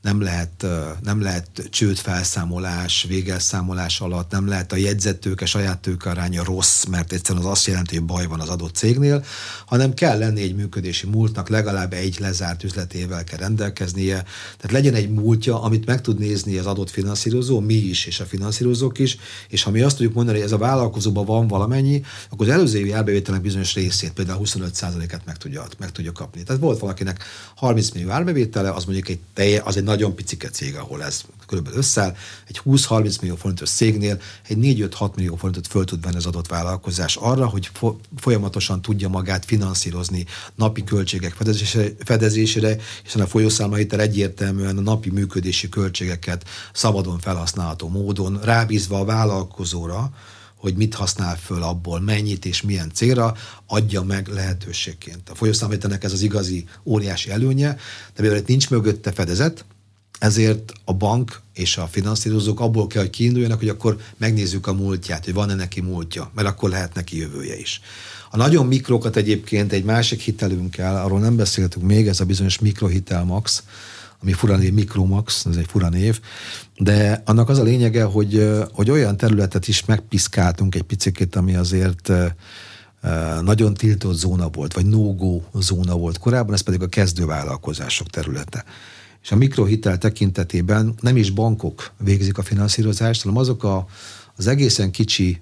nem lehet csődfelszámolás, végelszámolás alatt, nem lehet a jegyzettőke, saját tőke aránya rossz, mert egyszerűen az azt jelenti, hogy baj van az adott cégnél, hanem kell lenni egy működési múltnak, legalább egy lezárt üzletével kell rendelkeznie, tehát legyen egy múltja, amit meg tud nézni az adott finanszírozó, mi is és a finanszírozók is, és ha mi azt tudjuk mondani, hogy ez a vállalkozóban van valamennyi, akkor az előző évi árbevételnek bizonyos részét, például 25%-át meg tudja kapni. Tehát volt valakinek 30 millió árbevétele, az mondjuk az egy nagyon picike cég, ahol ez körülbelül összeáll. Egy 20-30 millió forintos cégnél egy 4-5-6 millió forintot föl tud venni az adott vállalkozás arra, hogy folyamatosan tudja magát finanszírozni napi költségek fedezésére, hiszen a folyószámlahitel egyértelműen a napi működési költségeket szabadon felhasználható módon rábízva a vállalkozóra, hogy mit használ föl abból, mennyit és milyen célra, adja meg lehetőségként. A folyószámlahitelnek ez az igazi óriási előnye, de mivel itt nincs mögötte fedezet, ezért a bank és a finanszírozók abból kell, hogy kiinduljanak, hogy akkor megnézzük a múltját, hogy van-e neki múltja, mert akkor lehet neki jövője is. A nagyon mikrokat egyébként egy másik hitelünkkel, arról nem beszéltünk még, ez a bizonyos mikrohitel max, ami fura név, Mikromax, ez egy fura név, de annak az a lényege, hogy olyan területet is megpiszkáltunk egy picit, ami azért nagyon tiltott zóna volt, vagy no-go zóna volt korábban, ez pedig a kezdővállalkozások területe. És a mikrohitel tekintetében nem is bankok végzik a finanszírozást, hanem azok az egészen kicsi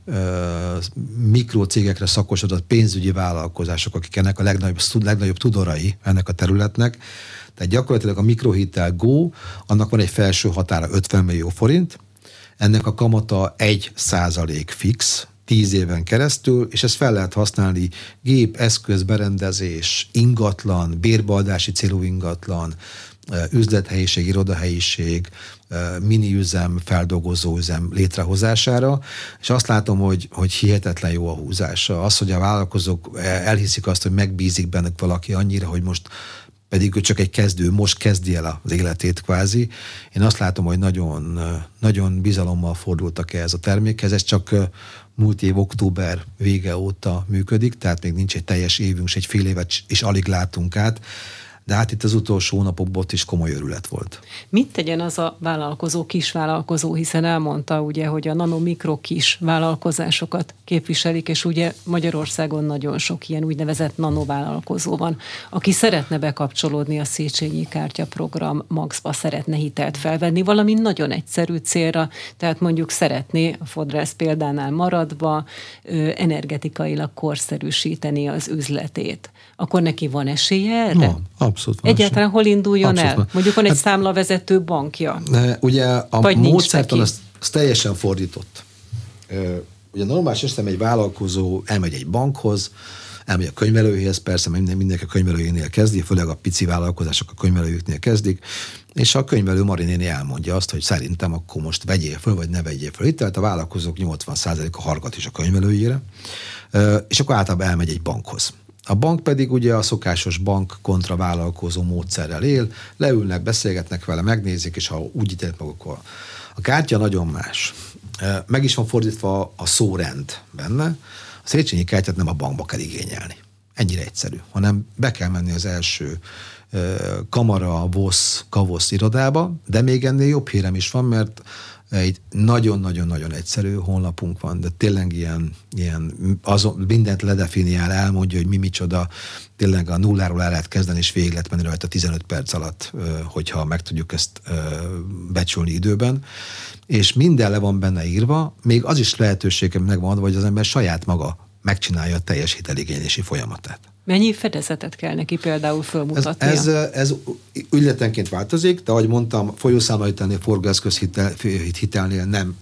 mikrocégekre szakosodott pénzügyi vállalkozások, akik ennek a legnagyobb tudorai ennek a területnek. Tehát gyakorlatilag a mikrohitel Go, annak van egy felső határa 50 millió forint, ennek a kamata 1% fix, 10 éven keresztül, és ezt fel lehet használni gép, eszköz, berendezés, ingatlan, bérbeadási célú ingatlan, üzlethelyiség, irodahelyiség, miniüzem, feldolgozóüzem létrehozására, és azt látom, hogy hihetetlen jó a húzása. Az, hogy a vállalkozók elhiszik azt, hogy megbízik bennük valaki annyira, hogy most pedig ő csak egy kezdő, most kezdi el az életét kvázi. Én azt látom, hogy nagyon, nagyon bizalommal fordultak ehhez a termékhez, ez csak múlt év október vége óta működik, tehát még nincs egy teljes évünk, és egy fél évet is alig látunk át. de hát itt az utolsó hónapokban is komoly őrület volt. Mit tegyen az a vállalkozó, kisvállalkozó, hiszen elmondta ugye, hogy a nano-mikro kis vállalkozásokat képviselik, és ugye Magyarországon nagyon sok ilyen úgynevezett nanovállalkozó van, aki szeretne bekapcsolódni a Széchenyi kártyaprogram Maxba, szeretne hitelt felvenni valami nagyon egyszerű célra, tehát mondjuk szeretné a fodrász példánál maradva energetikailag korszerűsíteni az üzletét. Akkor neki van esélye erre? Abszolút van. Egyáltalán hol induljon abszolút el? Van. Mondjuk van egy számlavezető bankja. Ugye a módszertan az teljesen fordított. Ugye normális esetben egy vállalkozó elmegy egy bankhoz, elmegy a könyvelőjéhez, persze mindenki a könyvelőjénél kezdi, főleg a pici vállalkozások a könyvelőjüknél kezdik, és a könyvelő Mari néni elmondja azt, hogy szerintem akkor most vegyél föl, vagy ne vegyél föl. Itt tehát a vállalkozók 80%-a hallgat is a könyvelőjére, és akkor általában elmegy egy bankhoz. A bank pedig ugye a szokásos bank kontra vállalkozó módszerrel él, leülnek, beszélgetnek vele, megnézik, és ha úgy ítélik meg, akkor a kártya nagyon más. Meg is van fordítva a szórend benne. A Széchenyi kártyát nem a bankba kell igényelni. Ennyire egyszerű, hanem be kell menni az első kamara, VOSZ, KAVOSZ irodába, de még ennél jobb hírem is van, mert egy nagyon-nagyon-nagyon egyszerű honlapunk van, de tényleg ilyen azon, mindent ledefiniál, elmondja, hogy mi micsoda, tényleg a nulláról el lehet kezdeni, és végig lehet menni rajta 15 perc alatt, hogyha meg tudjuk ezt becsülni időben. És minden le van benne írva, még az is lehetőségem megvan adva, hogy az ember saját maga megcsinálja a teljes hiteligénylési folyamatát. Mennyi fedezetet kell neki például fölmutatnia? Ez ügyletenként változik, de ahogy mondtam, folyószámlahitelnél, forgóeszköz hitelnél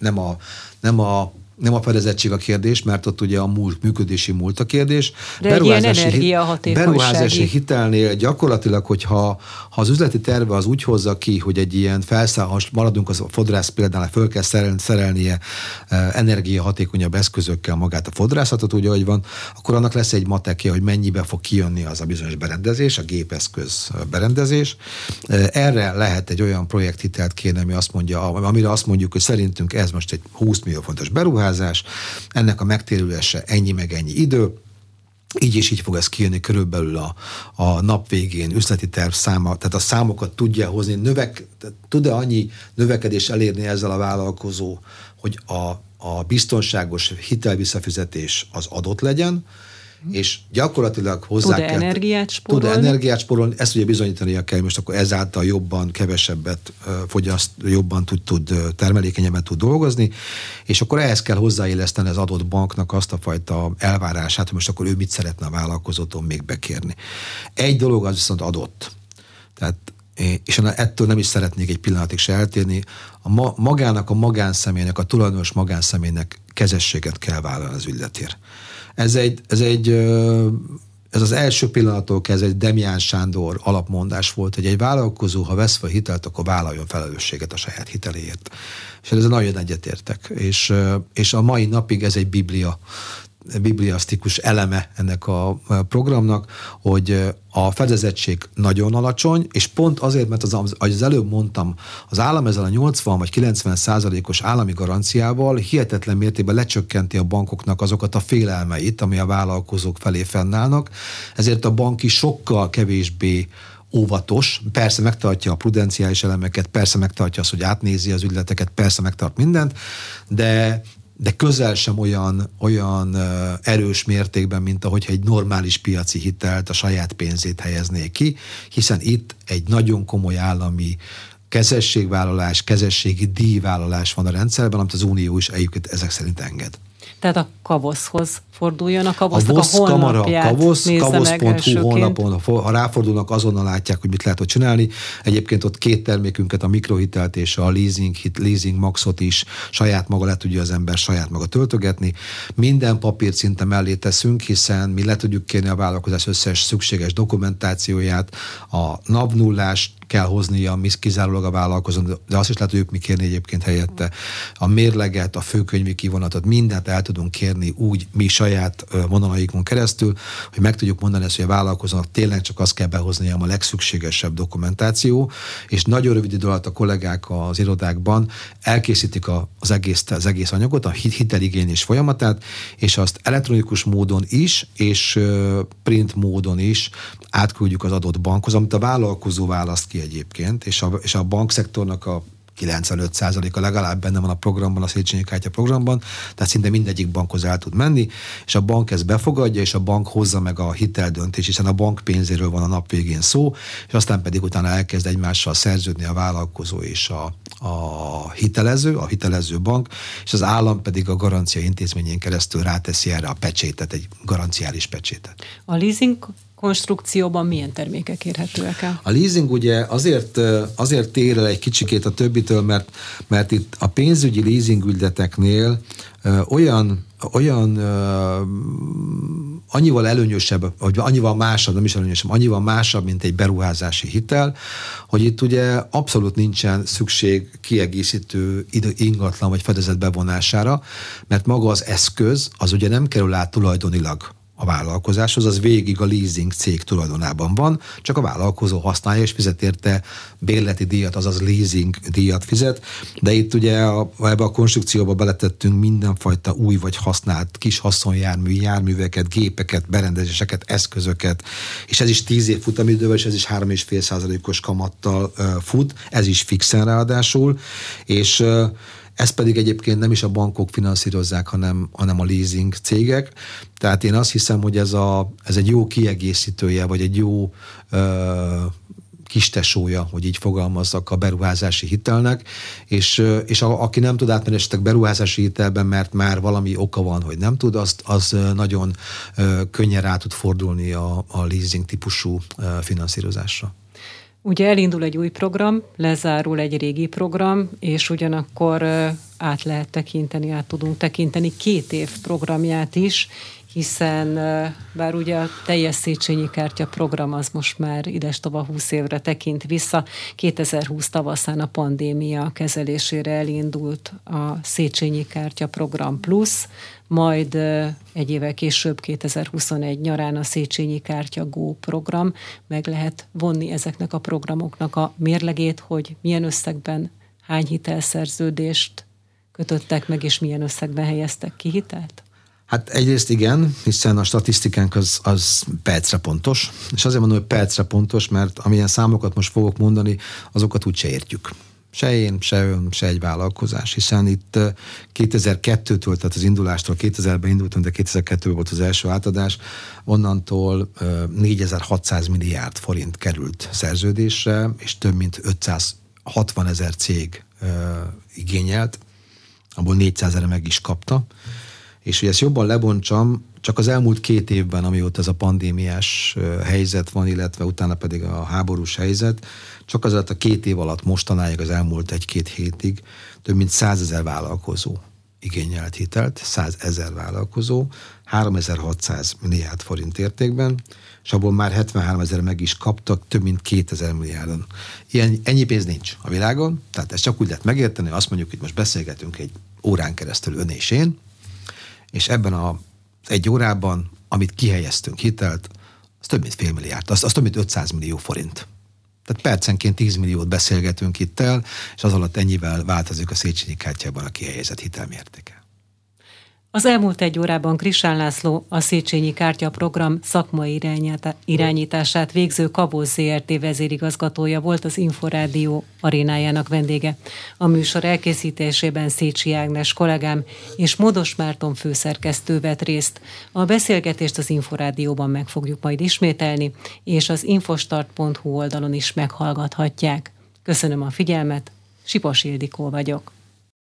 nem a fedezettség a kérdés, mert ott ugye a működési múlt a kérdés. De Beruházási hitelnél gyakorlatilag, hogyha az üzleti terve az úgy hozza ki, hogy egy ilyen maradunk az a fodrász példánál, föl kell szerelnie energiahatékonyabb eszközökkel magát a fodrászatot, ugye, hogy van, akkor annak lesz egy matekja, hogy mennyibe fog kijönni az a bizonyos berendezés, a gépeszköz berendezés. Erre lehet egy olyan projekthitelt kérni, amire azt mondjuk, hogy szerintünk ez most egy 20 millió fontos beruházás, ennek a megtérülése ennyi meg ennyi idő, így és így fog ez kijönni körülbelül a nap végén üzleti terv száma, tehát a számokat tudja hozni, tud-e annyi növekedés elérni ezzel a vállalkozó, hogy a biztonságos hitelvisszafizetés az adott legyen, és gyakorlatilag hozzá tud-e energiát spórolni? Ezt ugye bizonyítania kell, most akkor ezáltal jobban, kevesebbet fogyaszt, jobban tud termelékenyebben tud dolgozni, és akkor ehhez kell hozzáilleszteni az adott banknak azt a fajta elvárását, hogy most akkor ő mit szeretne a vállalkozótól még bekérni. Egy dolog az viszont adott. Tehát és ettől nem is szeretnék egy pillanatig se eltérni, magának a magánszemélynek, a tulajdonos magánszemélynek kezességet kell vállalni az ügyletért. Ez az első pillanattól kezdve egy Demján Sándor alapmondás volt, hogy egy vállalkozó, ha vesz fel hitelt, akkor vállaljon felelősséget a saját hiteléért. És ezzel nagyon egyetértek. És a mai napig ez egy bibliasztikus eleme ennek a programnak, hogy a fedezettség nagyon alacsony, és pont azért, mert az előbb mondtam, az állam ezzel a 80 vagy 90%-os állami garanciával hihetetlen mértékben lecsökkenti a bankoknak azokat a félelmeit, ami a vállalkozók felé fennállnak, ezért a bank is sokkal kevésbé óvatos, persze megtartja a prudenciális elemeket, persze megtartja azt, hogy átnézi az ügyleteket, persze megtart mindent, de közel sem olyan erős mértékben, mint ahogyha egy normális piaci hitelt, a saját pénzét helyezné ki, hiszen itt egy nagyon komoly állami kezességvállalás, kezességi díjvállalás van a rendszerben, amit az Unió is egyébként ezek szerint enged. Tehát a KAVOSZ-hoz forduljon, a KAVOSZ-nak a honlapját nézze meg elsőként. Honlapon, ha ráfordulnak, azonnal látják, hogy mit lehet ott csinálni. Egyébként ott 2 termékünket, a mikrohitelt és a leasing maxot is saját maga le tudja az ember saját maga töltögetni. Minden papírt szinte mellé teszünk, hiszen mi le tudjuk kérni a vállalkozás összes szükséges dokumentációját, a NAV nullás kell hoznia kizárólag a vállalkozó, de azt is lehet ők kérni egyébként helyette. A mérleget, a főkönyvi kivonatot, mindent el tudunk kérni úgy mi saját vonalaikon keresztül, hogy meg tudjuk mondani ezt, hogy a vállalkozónak tényleg csak azt kell behoznia a legszükségesebb dokumentáció, és nagyon rövid idő alatt a kollégák az irodákban elkészítik az egész anyagot, a hiteligénylés folyamatát, és azt elektronikus módon is, és print módon is átküldjük az adott bankhoz, amit a vállalkozó választ ki egyébként, és a bankszektornak a 95%-a legalább benne van a programban, a Széchenyi kártya programban, tehát szinte mindegyik bankhoz el tud menni, és a bank ezt befogadja, és a bank hozza meg a hiteldöntést, hiszen a bank pénzéről van a nap végén szó, és aztán pedig utána elkezd egymással szerződni a vállalkozó és a hitelező bank, és az állam pedig a garancia intézményén keresztül ráteszi erre a pecsétet, egy garanciális pecsétet. A leasing konstrukcióban milyen termékek érhetőek el? A leasing ugye azért tér el egy kicsikét a többitől, mert itt a pénzügyi leasing ügyleteknél annyival előnyösebb, vagy annyival másabb, nem is előnyösebb, annyival másabb, mint egy beruházási hitel, hogy itt ugye abszolút nincsen szükség kiegészítő ingatlan vagy fedezet bevonására, mert maga az eszköz, az ugye nem kerül át tulajdonilag a vállalkozáshoz, az végig a leasing cég tulajdonában van, csak a vállalkozó használja és fizet érte bérleti díjat, azaz leasing díjat fizet, de itt ugye ebbe a konstrukcióba beletettünk mindenfajta új vagy használt kis járműveket, gépeket, berendezéseket, eszközöket, és ez is 10 év futamidővel, és ez is 3,5%-os kamattal fut, ez is fixen ráadásul, és ezt pedig egyébként nem is a bankok finanszírozzák, hanem a leasing cégek. Tehát én azt hiszem, hogy ez egy jó kiegészítője, vagy egy jó kistesója, hogy így fogalmazzak, a beruházási hitelnek, és aki nem tud átmenni esetleg beruházási hitelben, mert már valami oka van, hogy nem tud, az nagyon könnyen rá tud fordulni a leasing típusú finanszírozásra. Ugye elindul egy új program, lezárul egy régi program, és ugyanakkor át tudunk tekinteni 2 év programját is, hiszen bár ugye a teljes Széchenyi kártya program az most már idestova 20 évre tekint vissza, 2020 tavaszán a pandémia kezelésére elindult a Széchenyi kártya program plusz, majd egy évvel később 2021 nyarán a Széchenyi kártya Go program. Meg lehet vonni ezeknek a programoknak a mérlegét, hogy milyen összegben hány hitelszerződést kötöttek meg, és milyen összegben helyeztek ki hitelt? Hát egyrészt igen, hiszen a statisztikánk az percre pontos, és azért mondom, hogy percre pontos, mert amilyen számokat most fogok mondani, azokat úgyse értjük. Se én, se ön, se egy vállalkozás, hiszen itt 2002-től, tehát az indulástól 2000-ben indultunk, de 2002-ben volt az első átadás, onnantól 4600 milliárd forint került szerződésre, és több mint 560 000 cég igényelt, abból 400 000 meg is kapta. És hogy ezt jobban lebontsam, csak az elmúlt 2 évben, amióta ez a pandémiás helyzet van, illetve utána pedig a háborús helyzet, csak az alatt a 2 év alatt mostanáig, az elmúlt 1-2 hétig több mint 100 000 vállalkozó igényelt hitelt, 100 000 vállalkozó, 3600 milliárd forint értékben, és abból már 73 000 meg is kaptak, több mint 2000 milliárdon. Ennyi pénz nincs a világon, tehát ezt csak úgy lehet megérteni, azt mondjuk, hogy most beszélgetünk egy órán keresztül ön és én, és ebben az 1 órában, amit kihelyeztünk hitelt, az több mint fél milliárd, az több mint 500 millió forint. Tehát percenként 10 milliót beszélgetünk itt el, és az alatt ennyivel változik a Széchenyi kártyában a kihelyezett hitelmértéke. Az elmúlt 1 órában Krisán László, a Széchenyi kártya program szakmai irányítását végző Kavoz ZRT vezérigazgatója volt, az Inforádió arénájának vendége. A műsor elkészítésében Szécsi Ágnes kollégám és Modos Márton főszerkesztő vett részt. A beszélgetést az Inforádióban meg fogjuk majd ismételni, és az infostart.hu oldalon is meghallgathatják. Köszönöm a figyelmet, Sipos Ildikó vagyok.